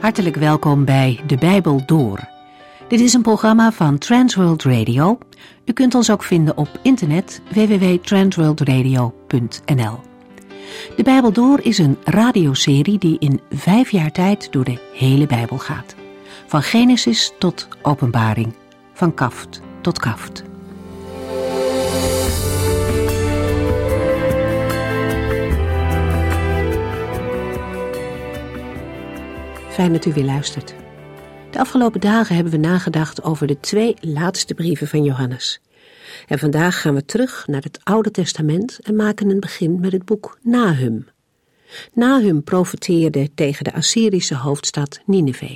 Hartelijk welkom bij De Bijbel Door. Dit is een programma van Transworld Radio. U kunt ons ook vinden op internet www.transworldradio.nl. De Bijbel Door is een radioserie die in 5 jaar tijd door de hele Bijbel gaat. Van Genesis tot Openbaring, van kaft tot kaft. Fijn dat u weer luistert. De afgelopen dagen hebben we nagedacht over de 2 laatste brieven van Johannes. En vandaag gaan we terug naar het Oude Testament en maken een begin met het boek Nahum. Nahum profeteerde tegen de Assyrische hoofdstad Nineve.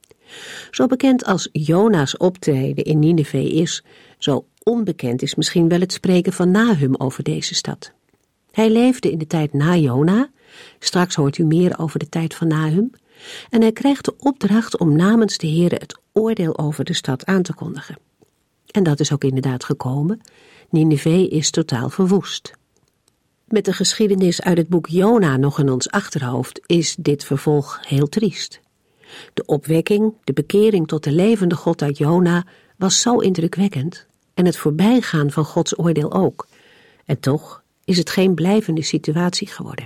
Zo bekend als Jona's optreden in Nineve is, zo onbekend is misschien wel het spreken van Nahum over deze stad. Hij leefde in de tijd na Jona, straks hoort u meer over de tijd van Nahum, en hij kreeg de opdracht om namens de Heere het oordeel over de stad aan te kondigen. En dat is ook inderdaad gekomen. Nineve is totaal verwoest. Met de geschiedenis uit het boek Jona nog in ons achterhoofd is dit vervolg heel triest. De opwekking, de bekering tot de levende God uit Jona was zo indrukwekkend en het voorbijgaan van Gods oordeel ook. En toch is het geen blijvende situatie geworden.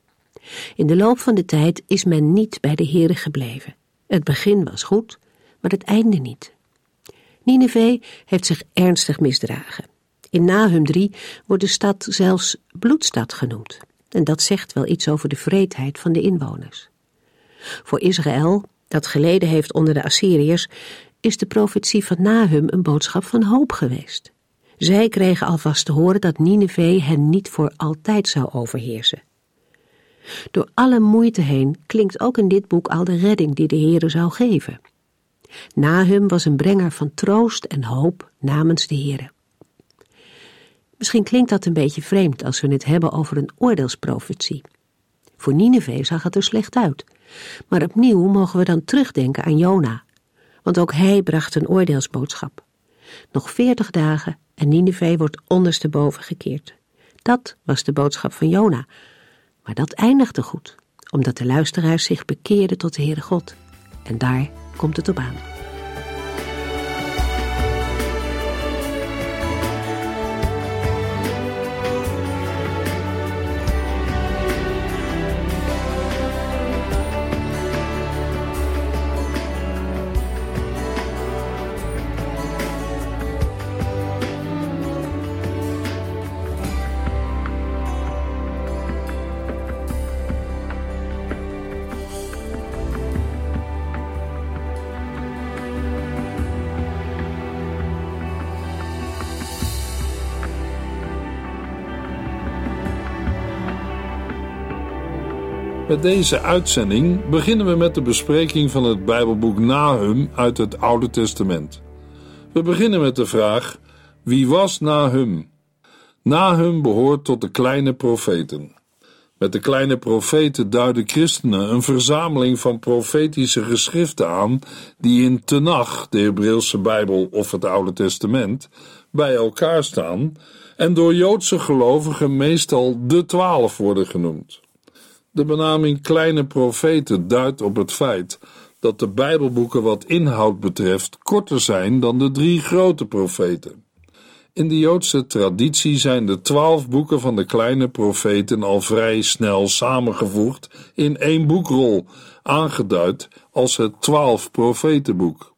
In de loop van de tijd is men niet bij de Heere gebleven. Het begin was goed, maar het einde niet. Nineve heeft zich ernstig misdragen. In Nahum 3 wordt de stad zelfs bloedstad genoemd. En dat zegt wel iets over de wreedheid van de inwoners. Voor Israël, dat geleden heeft onder de Assyriërs, is de profetie van Nahum een boodschap van hoop geweest. Zij kregen alvast te horen dat Nineve hen niet voor altijd zou overheersen. Door alle moeite heen klinkt ook in dit boek al de redding die de Heere zou geven. Nahum was een brenger van troost en hoop namens de Heere. Misschien klinkt dat een beetje vreemd als we het hebben over een oordeelsprofetie. Voor Nineve zag het er slecht uit. Maar opnieuw mogen we dan terugdenken aan Jona. Want ook hij bracht een oordeelsboodschap. Nog 40 dagen en Nineve wordt ondersteboven gekeerd. Dat was de boodschap van Jona. Maar dat eindigde goed, omdat de luisteraars zich bekeerden tot de Heere God. En daar komt het op aan. Met deze uitzending beginnen we met de bespreking van het Bijbelboek Nahum uit het Oude Testament. We beginnen met de vraag: wie was Nahum? Nahum behoort tot de kleine profeten. Met de kleine profeten duiden christenen een verzameling van profetische geschriften aan die in Tenach, de Hebreeuwse Bijbel of het Oude Testament, bij elkaar staan en door Joodse gelovigen meestal de 12 worden genoemd. De benaming kleine profeten duidt op het feit dat de Bijbelboeken wat inhoud betreft korter zijn dan de 3 grote profeten. In de Joodse traditie zijn de 12 boeken van de kleine profeten al vrij snel samengevoegd in 1 boekrol, aangeduid als het 12-profetenboek.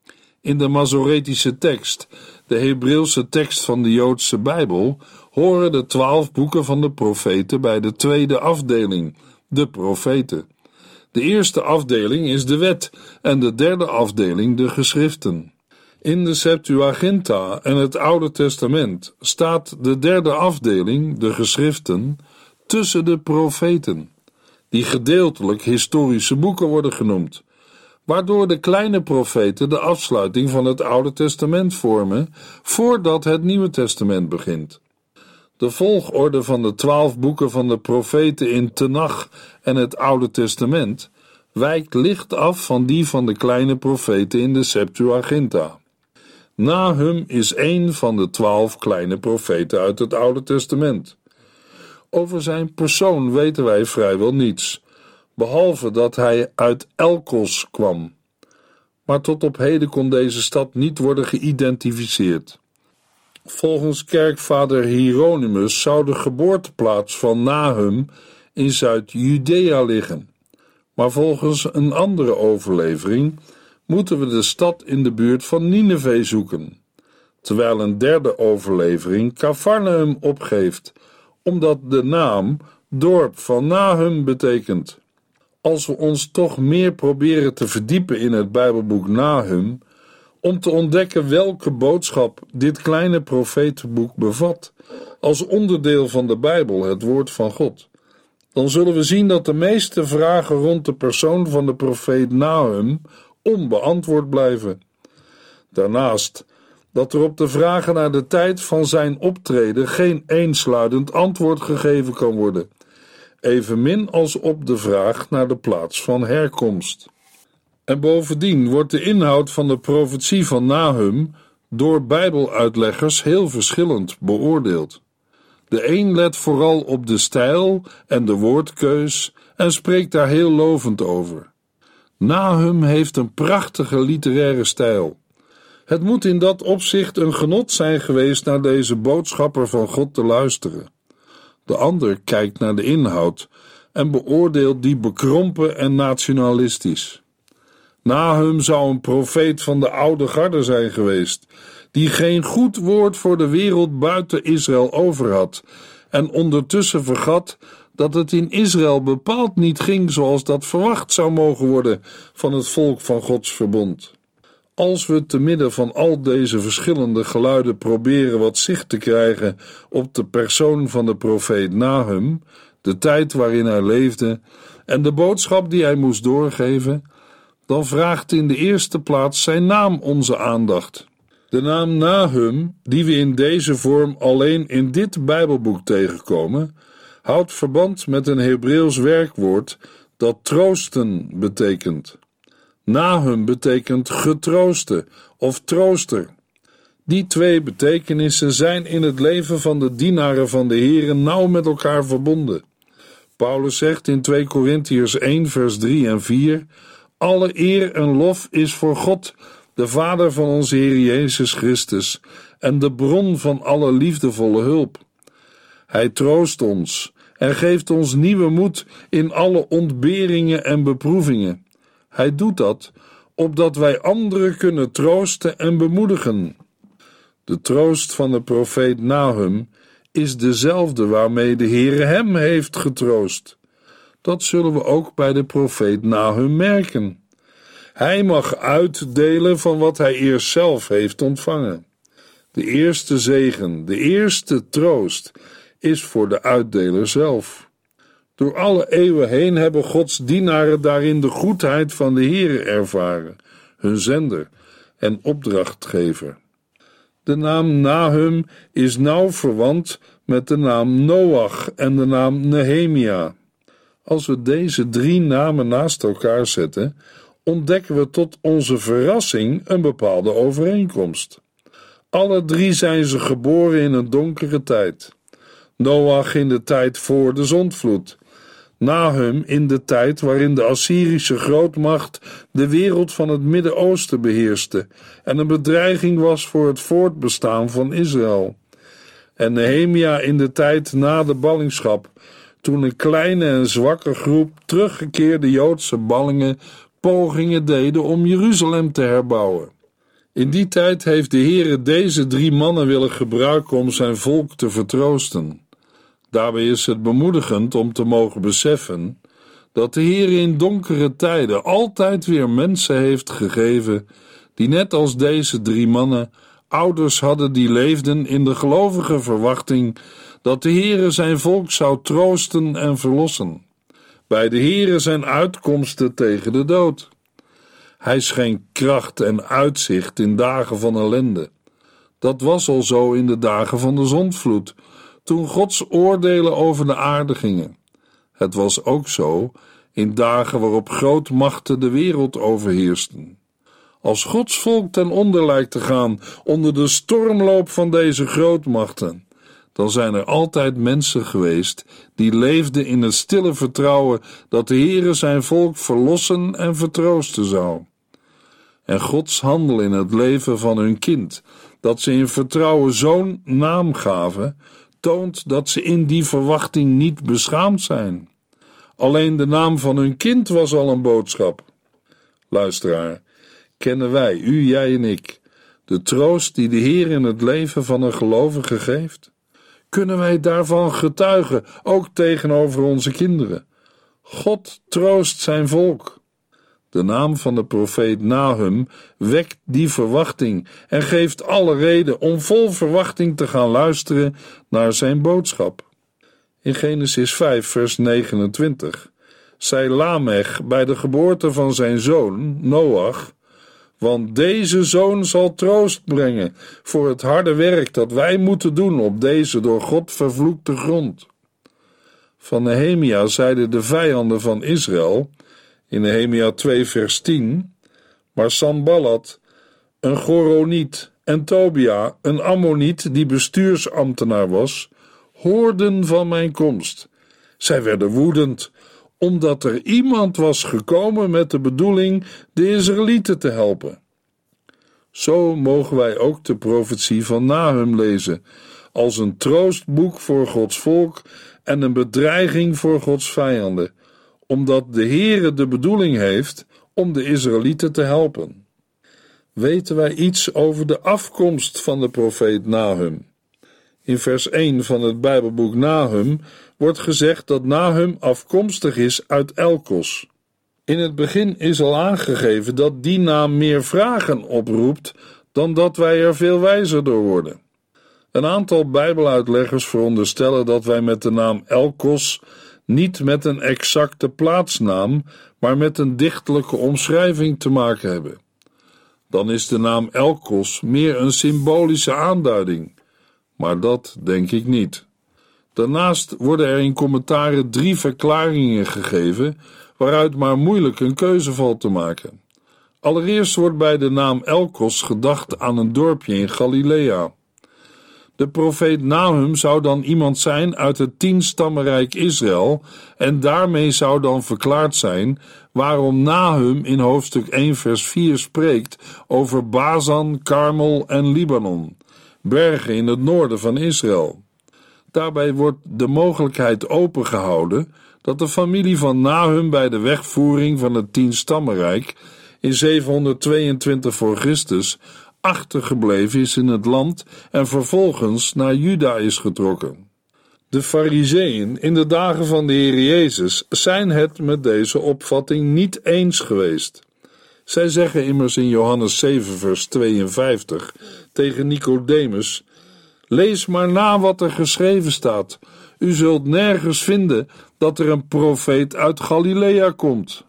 In de Masoretische tekst, de Hebreeuwse tekst van de Joodse Bijbel, horen de 12 boeken van de profeten bij de tweede afdeling, de profeten. De eerste afdeling is de wet en de derde afdeling de geschriften. In de Septuaginta en het Oude Testament staat de derde afdeling, de geschriften, tussen de profeten, die gedeeltelijk historische boeken worden genoemd, waardoor de kleine profeten de afsluiting van het Oude Testament vormen voordat het Nieuwe Testament begint. De volgorde van de 12 boeken van de profeten in Tenach en het Oude Testament wijkt licht af van die van de kleine profeten in de Septuaginta. Nahum is één van de 12 kleine profeten uit het Oude Testament. Over zijn persoon weten wij vrijwel niets, behalve dat hij uit Elkos kwam. Maar tot op heden kon deze stad niet worden geïdentificeerd. Volgens kerkvader Hieronymus zou de geboorteplaats van Nahum in Zuid-Judea liggen. Maar volgens een andere overlevering moeten we de stad in de buurt van Nineve zoeken, terwijl een derde overlevering Capharnaüm opgeeft, omdat de naam dorp van Nahum betekent. Als we ons toch meer proberen te verdiepen in het Bijbelboek Nahum, om te ontdekken welke boodschap dit kleine profetenboek bevat, als onderdeel van de Bijbel, het woord van God, dan zullen we zien dat de meeste vragen rond de persoon van de profeet Nahum onbeantwoord blijven. Daarnaast dat er op de vragen naar de tijd van zijn optreden geen eensluidend antwoord gegeven kan worden, evenmin als op de vraag naar de plaats van herkomst. En bovendien wordt de inhoud van de profetie van Nahum door Bijbeluitleggers heel verschillend beoordeeld. De een let vooral op de stijl en de woordkeus en spreekt daar heel lovend over. Nahum heeft een prachtige literaire stijl. Het moet in dat opzicht een genot zijn geweest naar deze boodschapper van God te luisteren. De ander kijkt naar de inhoud en beoordeelt die bekrompen en nationalistisch. Nahum zou een profeet van de oude garde zijn geweest, die geen goed woord voor de wereld buiten Israël over had en ondertussen vergat dat het in Israël bepaald niet ging zoals dat verwacht zou mogen worden van het volk van Gods verbond. Als we te midden van al deze verschillende geluiden proberen wat zicht te krijgen op de persoon van de profeet Nahum, de tijd waarin hij leefde en de boodschap die hij moest doorgeven, dan vraagt in de eerste plaats zijn naam onze aandacht. De naam Nahum, die we in deze vorm alleen in dit Bijbelboek tegenkomen, houdt verband met een Hebreeuws werkwoord dat troosten betekent. Nahum betekent getrooste of trooster. Die twee betekenissen zijn in het leven van de dienaren van de Here nauw met elkaar verbonden. Paulus zegt in 2 Korintiërs 1 vers 3 en 4: alle eer en lof is voor God, de Vader van onze Heer Jezus Christus en de bron van alle liefdevolle hulp. Hij troost ons en geeft ons nieuwe moed in alle ontberingen en beproevingen. Hij doet dat, opdat wij anderen kunnen troosten en bemoedigen. De troost van de profeet Nahum is dezelfde waarmee de Heere hem heeft getroost. Dat zullen we ook bij de profeet Nahum merken. Hij mag uitdelen van wat hij eerst zelf heeft ontvangen. De eerste zegen, de eerste troost, is voor de uitdeler zelf. Door alle eeuwen heen hebben Gods dienaren daarin de goedheid van de Heere ervaren, hun zender en opdrachtgever. De naam Nahum is nauw verwant met de naam Noach en de naam Nehemia. Als we deze drie namen naast elkaar zetten, ontdekken we tot onze verrassing een bepaalde overeenkomst. Alle drie zijn ze geboren in een donkere tijd. Noach in de tijd voor de zondvloed. Nahum in de tijd waarin de Assyrische grootmacht de wereld van het Midden-Oosten beheerste en een bedreiging was voor het voortbestaan van Israël. En Nehemia in de tijd na de ballingschap, toen een kleine en zwakke groep teruggekeerde Joodse ballingen pogingen deden om Jeruzalem te herbouwen. In die tijd heeft de Heere deze drie mannen willen gebruiken om zijn volk te vertroosten. Daarbij is het bemoedigend om te mogen beseffen dat de Heere in donkere tijden altijd weer mensen heeft gegeven die net als deze drie mannen ouders hadden die leefden in de gelovige verwachting dat de Heere zijn volk zou troosten en verlossen. Bij de Heere zijn uitkomsten tegen de dood. Hij schenkt kracht en uitzicht in dagen van ellende. Dat was al zo in de dagen van de zondvloed, toen Gods oordelen over de aarde gingen. Het was ook zo in dagen waarop grootmachten de wereld overheersten. Als Gods volk ten onder lijkt te gaan onder de stormloop van deze grootmachten, dan zijn er altijd mensen geweest die leefden in het stille vertrouwen dat de Heere zijn volk verlossen en vertroosten zou. En Gods handel in het leven van hun kind, dat ze in vertrouwen zo'n naam gaven, toont dat ze in die verwachting niet beschaamd zijn. Alleen de naam van hun kind was al een boodschap. Luisteraar, kennen wij, u, jij en ik, de troost die de Heer in het leven van een gelovige geeft? Kunnen wij daarvan getuigen, ook tegenover onze kinderen? God troost zijn volk. De naam van de profeet Nahum wekt die verwachting en geeft alle reden om vol verwachting te gaan luisteren naar zijn boodschap. In Genesis 5 vers 29 zei Lamech bij de geboorte van zijn zoon Noach: want deze zoon zal troost brengen voor het harde werk dat wij moeten doen op deze door God vervloekte grond. Van Nehemia zeiden de vijanden van Israël in Nehemia 2 vers 10: maar Sanballat, een Goroniet, en Tobia, een Ammoniet die bestuursambtenaar was, hoorden van mijn komst. Zij werden woedend, omdat er iemand was gekomen met de bedoeling de Israëlieten te helpen. Zo mogen wij ook de profetie van Nahum lezen, als een troostboek voor Gods volk en een bedreiging voor Gods vijanden, omdat de Heere de bedoeling heeft om de Israëlieten te helpen. Weten wij iets over de afkomst van de profeet Nahum? In vers 1 van het Bijbelboek Nahum wordt gezegd dat Nahum afkomstig is uit Elkos. In het begin is al aangegeven dat die naam meer vragen oproept dan dat wij er veel wijzer door worden. Een aantal Bijbeluitleggers veronderstellen dat wij met de naam Elkos niet met een exacte plaatsnaam, maar met een dichtelijke omschrijving te maken hebben. Dan is de naam Elkos meer een symbolische aanduiding, maar dat denk ik niet. Daarnaast worden er in commentaren 3 verklaringen gegeven, waaruit maar moeilijk een keuze valt te maken. Allereerst wordt bij de naam Elkos gedacht aan een dorpje in Galilea. De profeet Nahum zou dan iemand zijn uit het 10-stammenrijk Israël en daarmee zou dan verklaard zijn waarom Nahum in hoofdstuk 1 vers 4 spreekt over Bazan, Karmel en Libanon, bergen in het noorden van Israël. Daarbij wordt de mogelijkheid opengehouden dat de familie van Nahum bij de wegvoering van het 10-stammenrijk in 722 voor Christus achtergebleven is in het land en vervolgens naar Juda is getrokken. De Farizeeën in de dagen van de Heer Jezus zijn het met deze opvatting niet eens geweest. Zij zeggen immers in Johannes 7 vers 52 tegen Nicodemus: lees maar na wat er geschreven staat. U zult nergens vinden dat er een profeet uit Galilea komt.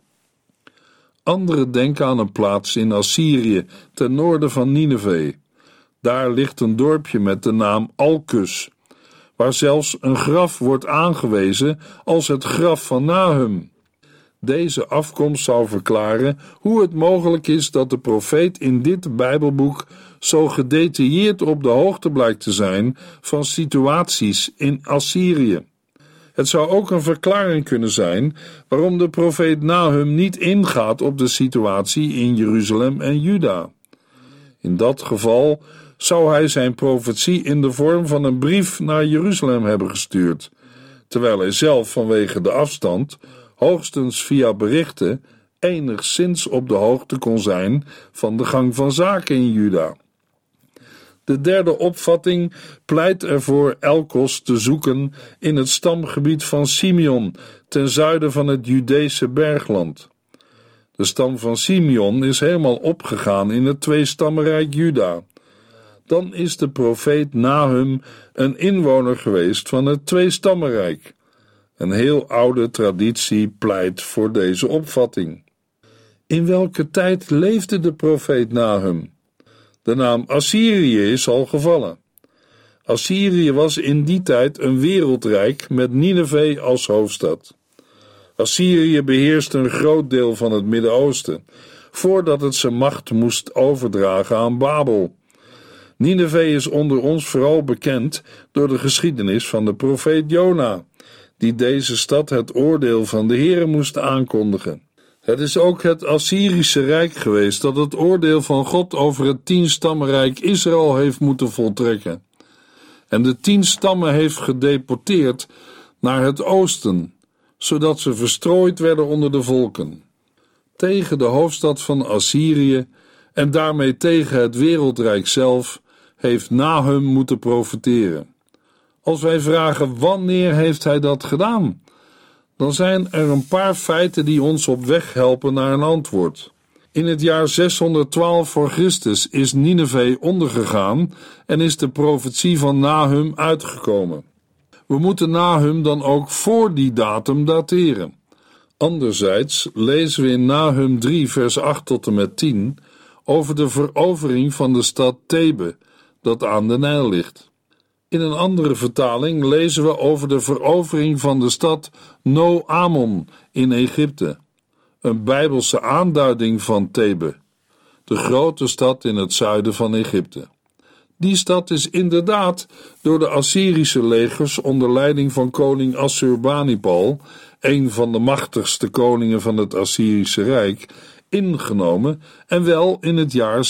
Anderen denken aan een plaats in Assyrië, ten noorden van Nineve. Daar ligt een dorpje met de naam Alkus, waar zelfs een graf wordt aangewezen als het graf van Nahum. Deze afkomst zou verklaren hoe het mogelijk is dat de profeet in dit Bijbelboek zo gedetailleerd op de hoogte blijkt te zijn van situaties in Assyrië. Het zou ook een verklaring kunnen zijn waarom de profeet Nahum niet ingaat op de situatie in Jeruzalem en Juda. In dat geval zou hij zijn profetie in de vorm van een brief naar Jeruzalem hebben gestuurd, terwijl hij zelf vanwege de afstand, hoogstens via berichten, enigszins op de hoogte kon zijn van de gang van zaken in Juda. De derde opvatting pleit ervoor Elkos te zoeken in het stamgebied van Simeon, ten zuiden van het Judese bergland. De stam van Simeon is helemaal opgegaan in het 2-stammenrijk Juda. Dan is de profeet Nahum een inwoner geweest van het 2-stammenrijk. Een heel oude traditie pleit voor deze opvatting. In welke tijd leefde de profeet Nahum? De naam Assyrië is al gevallen. Assyrië was in die tijd een wereldrijk met Nineve als hoofdstad. Assyrië beheerste een groot deel van het Midden-Oosten, voordat het zijn macht moest overdragen aan Babel. Nineve is onder ons vooral bekend door de geschiedenis van de profeet Jona, die deze stad het oordeel van de Heere moest aankondigen. Het is ook het Assyrische Rijk geweest dat het oordeel van God over het 10-stammenrijk Israël heeft moeten voltrekken. En de 10 stammen heeft gedeporteerd naar het oosten, zodat ze verstrooid werden onder de volken. Tegen de hoofdstad van Assyrië en daarmee tegen het wereldrijk zelf heeft Nahum moeten profeteren. Als wij vragen wanneer heeft hij dat gedaan, dan zijn er een paar feiten die ons op weg helpen naar een antwoord. In het jaar 612 voor Christus is Nineve ondergegaan en is de profetie van Nahum uitgekomen. We moeten Nahum dan ook voor die datum dateren. Anderzijds lezen we in Nahum 3 vers 8 tot en met 10 over de verovering van de stad Thebe, dat aan de Nijl ligt. In een andere vertaling lezen we over de verovering van de stad No-Amon in Egypte, een Bijbelse aanduiding van Thebe, de grote stad in het zuiden van Egypte. Die stad is inderdaad door de Assyrische legers onder leiding van koning Assurbanipal, een van de machtigste koningen van het Assyrische Rijk, ingenomen en wel in het jaar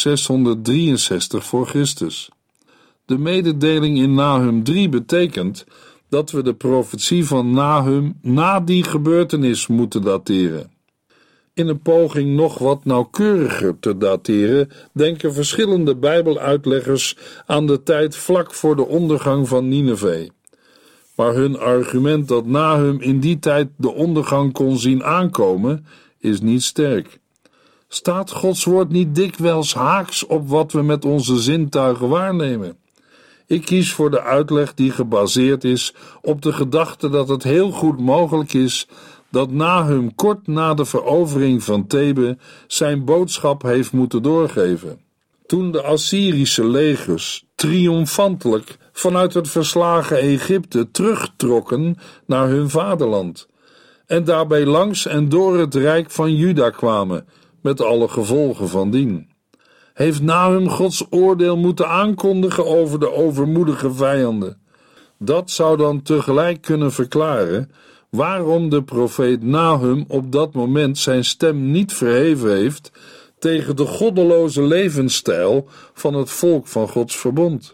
663 voor Christus. De mededeling in Nahum 3 betekent dat we de profetie van Nahum na die gebeurtenis moeten dateren. In een poging nog wat nauwkeuriger te dateren, denken verschillende Bijbeluitleggers aan de tijd vlak voor de ondergang van Nineve. Maar hun argument dat Nahum in die tijd de ondergang kon zien aankomen, is niet sterk. Staat Gods woord niet dikwijls haaks op wat we met onze zintuigen waarnemen? Ik kies voor de uitleg die gebaseerd is op de gedachte dat het heel goed mogelijk is dat Nahum kort na de verovering van Thebe zijn boodschap heeft moeten doorgeven. Toen de Assyrische legers triomfantelijk vanuit het verslagen Egypte terugtrokken naar hun vaderland en daarbij langs en door het rijk van Juda kwamen, met alle gevolgen van dien, heeft Nahum Gods oordeel moeten aankondigen over de overmoedige vijanden. Dat zou dan tegelijk kunnen verklaren waarom de profeet Nahum op dat moment zijn stem niet verheven heeft tegen de goddeloze levensstijl van het volk van Gods verbond.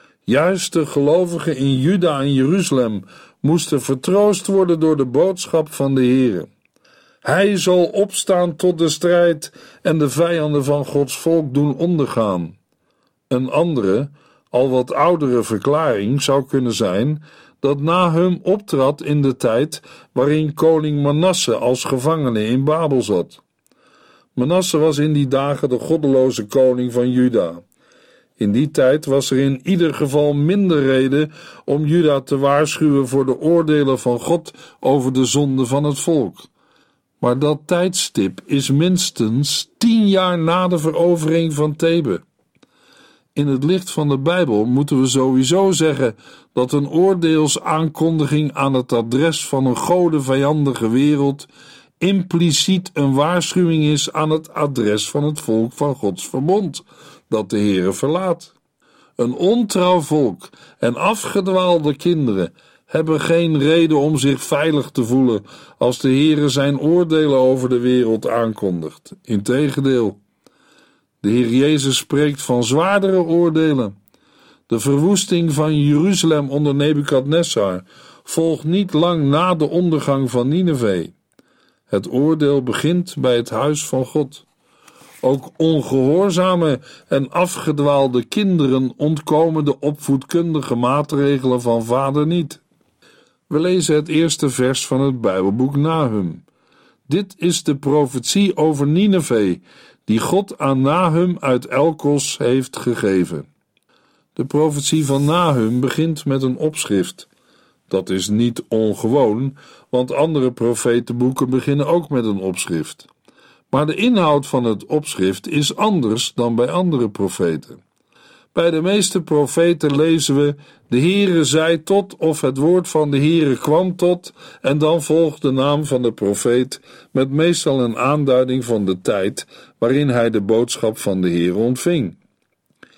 Juist de gelovigen in Juda en Jeruzalem moesten vertroost worden door de boodschap van de Heere. Hij zal opstaan tot de strijd en de vijanden van Gods volk doen ondergaan. Een andere, al wat oudere verklaring zou kunnen zijn dat Nahum optrad in de tijd waarin koning Manasse als gevangene in Babel zat. Manasse was in die dagen de goddeloze koning van Juda. In die tijd was er in ieder geval minder reden om Juda te waarschuwen voor de oordelen van God over de zonde van het volk. Maar dat tijdstip is minstens 10 jaar na de verovering van Thebe. In het licht van de Bijbel moeten we sowieso zeggen dat een oordeelsaankondiging aan het adres van een godenvijandige wereld impliciet een waarschuwing is aan het adres van het volk van Gods verbond, dat de Heere verlaat. Een ontrouw volk en afgedwaalde kinderen hebben geen reden om zich veilig te voelen als de Heere zijn oordelen over de wereld aankondigt. Integendeel, de Heer Jezus spreekt van zwaardere oordelen. De verwoesting van Jeruzalem onder Nebukadnessar volgt niet lang na de ondergang van Nineve. Het oordeel begint bij het huis van God. Ook ongehoorzame en afgedwaalde kinderen ontkomen de opvoedkundige maatregelen van vader niet. We lezen het eerste vers van het Bijbelboek Nahum. Dit is de profetie over Nineve, die God aan Nahum uit Elkos heeft gegeven. De profetie van Nahum begint met een opschrift. Dat is niet ongewoon, want andere profetenboeken beginnen ook met een opschrift. Maar de inhoud van het opschrift is anders dan bij andere profeten. Bij de meeste profeten lezen we: de Heere zei tot, of het woord van de Heere kwam tot, en dan volgt de naam van de profeet met meestal een aanduiding van de tijd waarin hij de boodschap van de Heere ontving.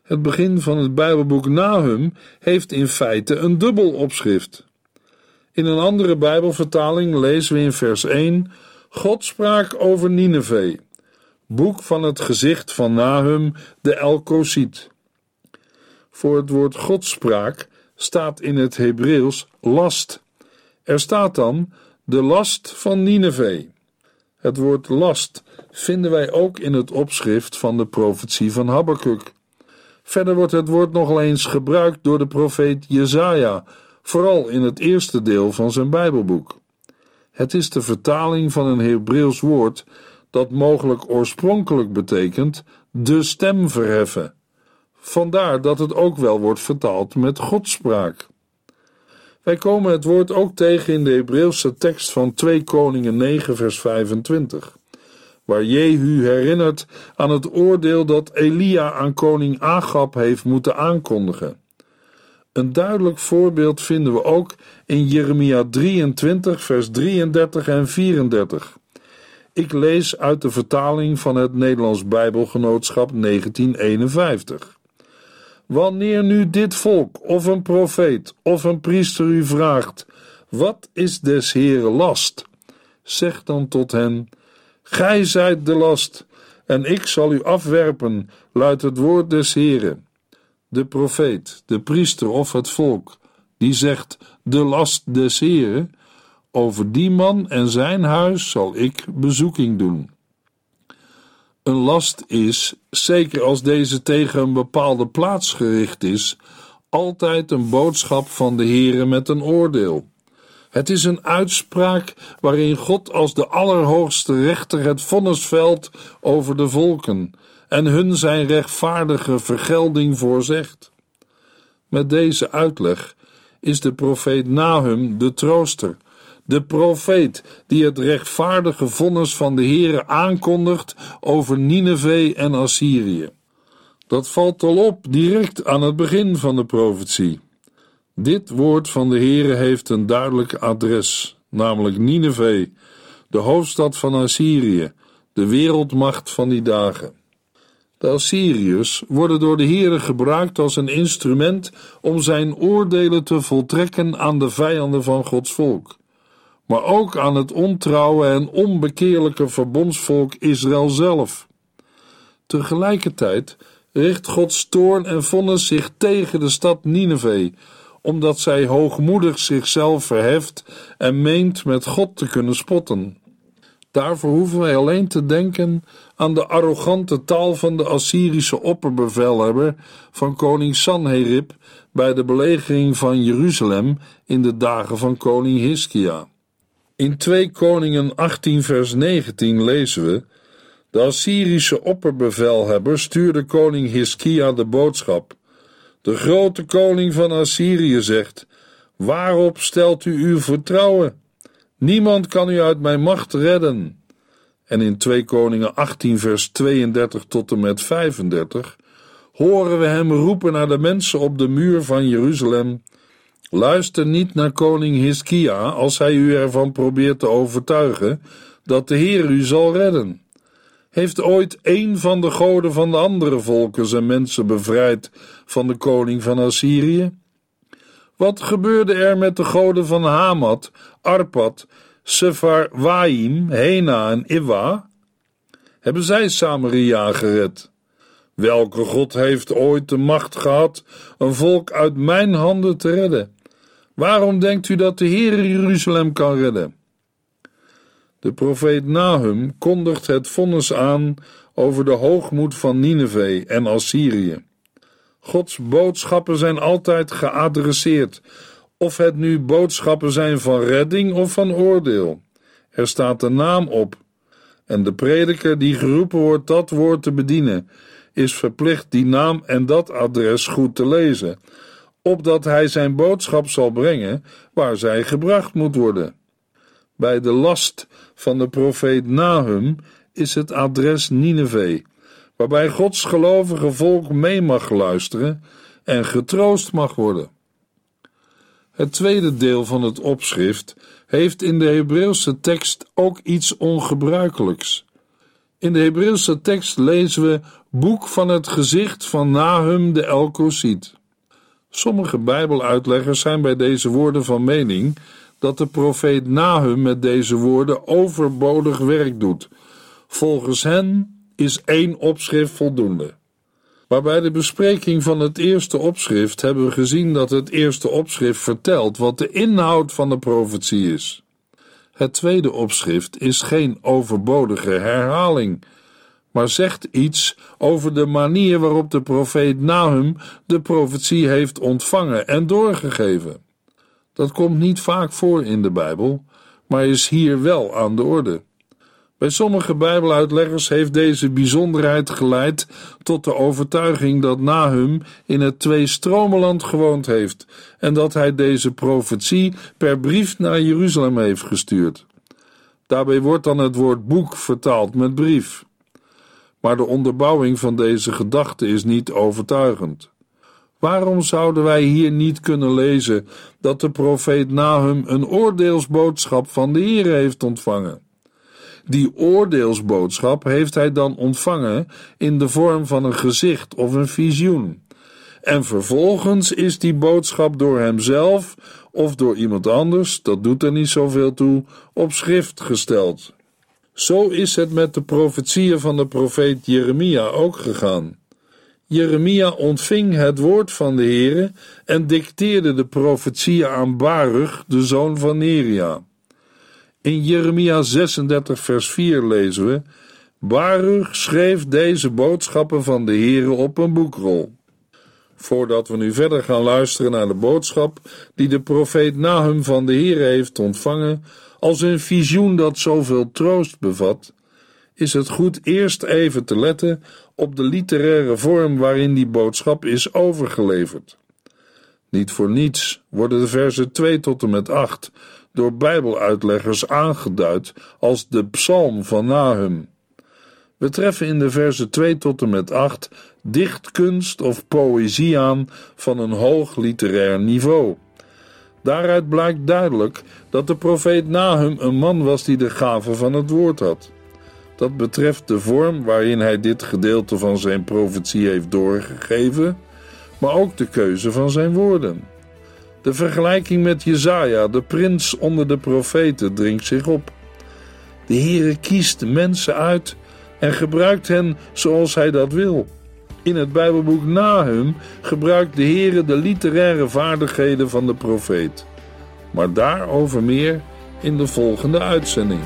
Het begin van het Bijbelboek Nahum heeft in feite een dubbel opschrift. In een andere Bijbelvertaling lezen we in vers 1: God sprak over Nineve, boek van het gezicht van Nahum de Elkosiet. Voor het woord Godspraak staat in het Hebreeuws last. Er staat dan de last van Nineve. Het woord last vinden wij ook in het opschrift van de profetie van Habakuk. Verder wordt het woord nogal eens gebruikt door de profeet Jesaja, vooral in het eerste deel van zijn Bijbelboek. Het is de vertaling van een Hebreeuws woord dat mogelijk oorspronkelijk betekent de stem verheffen. Vandaar dat het ook wel wordt vertaald met Godspraak. Wij komen het woord ook tegen in de Hebreeuwse tekst van 2 Koningen 9 vers 25, waar Jehu herinnert aan het oordeel dat Elia aan koning Agab heeft moeten aankondigen. Een duidelijk voorbeeld vinden we ook in Jeremia 23 vers 33 en 34. Ik lees uit de vertaling van het Nederlands Bijbelgenootschap 1951. Wanneer nu dit volk of een profeet of een priester u vraagt, wat is des Heeren last? Zeg dan tot hen, gij zijt de last, en ik zal u afwerpen, luidt het woord des Heeren. De profeet, de priester of het volk, die zegt de last des Heeren, over die man en zijn huis zal ik bezoeking doen. Een last is, zeker als deze tegen een bepaalde plaats gericht is, altijd een boodschap van de Heere met een oordeel. Het is een uitspraak waarin God als de allerhoogste rechter het vonnis velt over de volken en hun zijn rechtvaardige vergelding voorzegt. Met deze uitleg is de profeet Nahum de trooster, de profeet die het rechtvaardige vonnis van de Heere aankondigt over Nineve en Assyrië. Dat valt al op direct aan het begin van de profetie. Dit woord van de Heere heeft een duidelijk adres, namelijk Nineve, de hoofdstad van Assyrië, de wereldmacht van die dagen. De Assyriërs worden door de Heere gebruikt als een instrument om zijn oordelen te voltrekken aan de vijanden van Gods volk, maar ook aan het ontrouwe en onbekeerlijke verbondsvolk Israël zelf. Tegelijkertijd richt Gods toorn en vonnis zich tegen de stad Nineve, omdat zij hoogmoedig zichzelf verheft en meent met God te kunnen spotten. Daarvoor hoeven wij alleen te denken aan de arrogante taal van de Assyrische opperbevelhebber van koning Sanherib bij de belegering van Jeruzalem in de dagen van koning Hiskia. In 2 Koningen 18 vers 19 lezen we: de Assyrische opperbevelhebber stuurde koning Hiskia de boodschap: de grote koning van Assyrië zegt: waarop stelt u uw vertrouwen? Niemand kan u uit mijn macht redden. En in 2 Koningen 18 vers 32 tot en met 35 horen we hem roepen naar de mensen op de muur van Jeruzalem: luister niet naar koning Hiskia als hij u ervan probeert te overtuigen dat de Heer u zal redden. Heeft ooit één van de goden van de andere volken zijn mensen bevrijd van de koning van Assyrië? Wat gebeurde er met de goden van Hamat, Arpad, Sepharwaim, Hena en Iwa? Hebben zij Samaria gered? Welke God heeft ooit de macht gehad een volk uit mijn handen te redden? Waarom denkt u dat de Heer Jeruzalem kan redden? De profeet Nahum kondigt het vonnis aan over de hoogmoed van Nineve en Assyrië. Gods boodschappen zijn altijd geadresseerd, of het nu boodschappen zijn van redding of van oordeel. Er staat een naam op, en de prediker die geroepen wordt dat woord te bedienen, is verplicht die naam en dat adres goed te lezen, opdat hij zijn boodschap zal brengen waar zij gebracht moet worden. Bij de last van de profeet Nahum is het adres Nineve, waarbij Gods gelovige volk mee mag luisteren en getroost mag worden. Het tweede deel van het opschrift heeft in de Hebreeuwse tekst ook iets ongebruikelijks. In de Hebreeuwse tekst lezen we boek van het gezicht van Nahum de Elkossiet. Sommige Bijbeluitleggers zijn bij deze woorden van mening dat de profeet Nahum met deze woorden overbodig werk doet. Volgens hen is 1 opschrift voldoende. Maar bij de bespreking van het eerste opschrift hebben we gezien dat het eerste opschrift vertelt wat de inhoud van de profetie is. Het tweede opschrift is geen overbodige herhaling, maar zegt iets over de manier waarop de profeet Nahum de profetie heeft ontvangen en doorgegeven. Dat komt niet vaak voor in de Bijbel, maar is hier wel aan de orde. Bij sommige Bijbeluitleggers heeft deze bijzonderheid geleid tot de overtuiging dat Nahum in het Tweestromenland gewoond heeft en dat hij deze profetie per brief naar Jeruzalem heeft gestuurd. Daarbij wordt dan het woord boek vertaald met brief. Maar de onderbouwing van deze gedachte is niet overtuigend. Waarom zouden wij hier niet kunnen lezen dat de profeet Nahum een oordeelsboodschap van de Heer heeft ontvangen? Die oordeelsboodschap heeft hij dan ontvangen in de vorm van een gezicht of een visioen. En vervolgens is die boodschap door hemzelf of door iemand anders, dat doet er niet zoveel toe, op schrift gesteld. Zo is het met de profetieën van de profeet Jeremia ook gegaan. Jeremia ontving het woord van de Heere en dicteerde de profetieën aan Baruch, de zoon van Neria. In Jeremia 36 vers 4 lezen we: Baruch schreef deze boodschappen van de Heere op een boekrol. Voordat we nu verder gaan luisteren naar de boodschap die de profeet Nahum van de Heere heeft ontvangen, als een visioen dat zoveel troost bevat, is het goed eerst even te letten op de literaire vorm waarin die boodschap is overgeleverd. Niet voor niets worden de versen 2 tot en met 8 door Bijbeluitleggers aangeduid als de psalm van Nahum. We treffen in de versen 2 tot en met 8 dichtkunst of poëzie aan van een hoog literair niveau. Daaruit blijkt duidelijk dat de profeet Nahum een man was die de gave van het woord had. Dat betreft de vorm waarin hij dit gedeelte van zijn profetie heeft doorgegeven, maar ook de keuze van zijn woorden. De vergelijking met Jesaja, de prins onder de profeten, dringt zich op. De Heere kiest mensen uit en gebruikt hen zoals hij dat wil. In het Bijbelboek Nahum gebruikt de Heere de literaire vaardigheden van de profeet. Maar daarover meer in de volgende uitzending.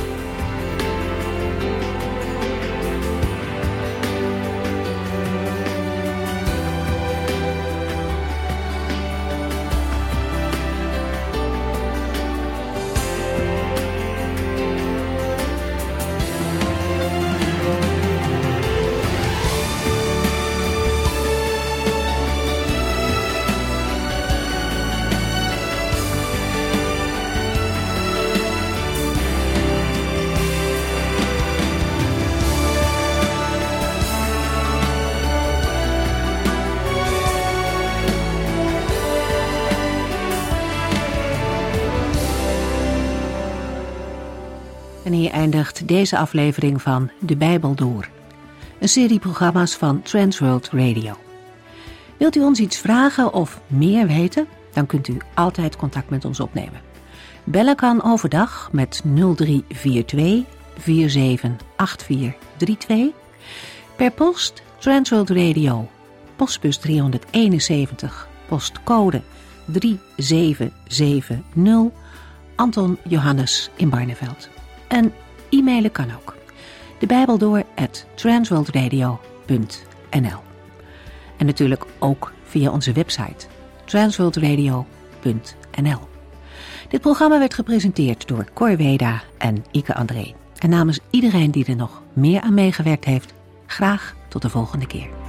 En hier eindigt deze aflevering van De Bijbel Door. Een serie programma's van Transworld Radio. Wilt u ons iets vragen of meer weten? Dan kunt u altijd contact met ons opnemen. Bellen kan overdag met 0342 478432. Per post Transworld Radio. Postbus 371. Postcode 3770. Anton Johannes in Barneveld. En e-mailen kan ook. De Bijbel door @transworldradio.nl. En natuurlijk ook via onze website transworldradio.nl. Dit programma werd gepresenteerd door Cor Weda en Ike André. En namens iedereen die er nog meer aan meegewerkt heeft, graag tot de volgende keer.